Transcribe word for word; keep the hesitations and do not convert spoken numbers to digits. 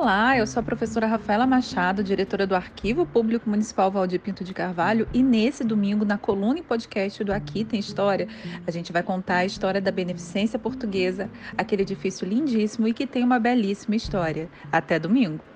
Olá, eu sou a professora Rafaela Machado, diretora do Arquivo Público Municipal Valdir Pinto de Carvalho, e nesse domingo, na coluna e podcast do Aqui Tem História, a gente vai contar a história da Beneficência Portuguesa, aquele edifício lindíssimo e que tem uma belíssima história. Até domingo!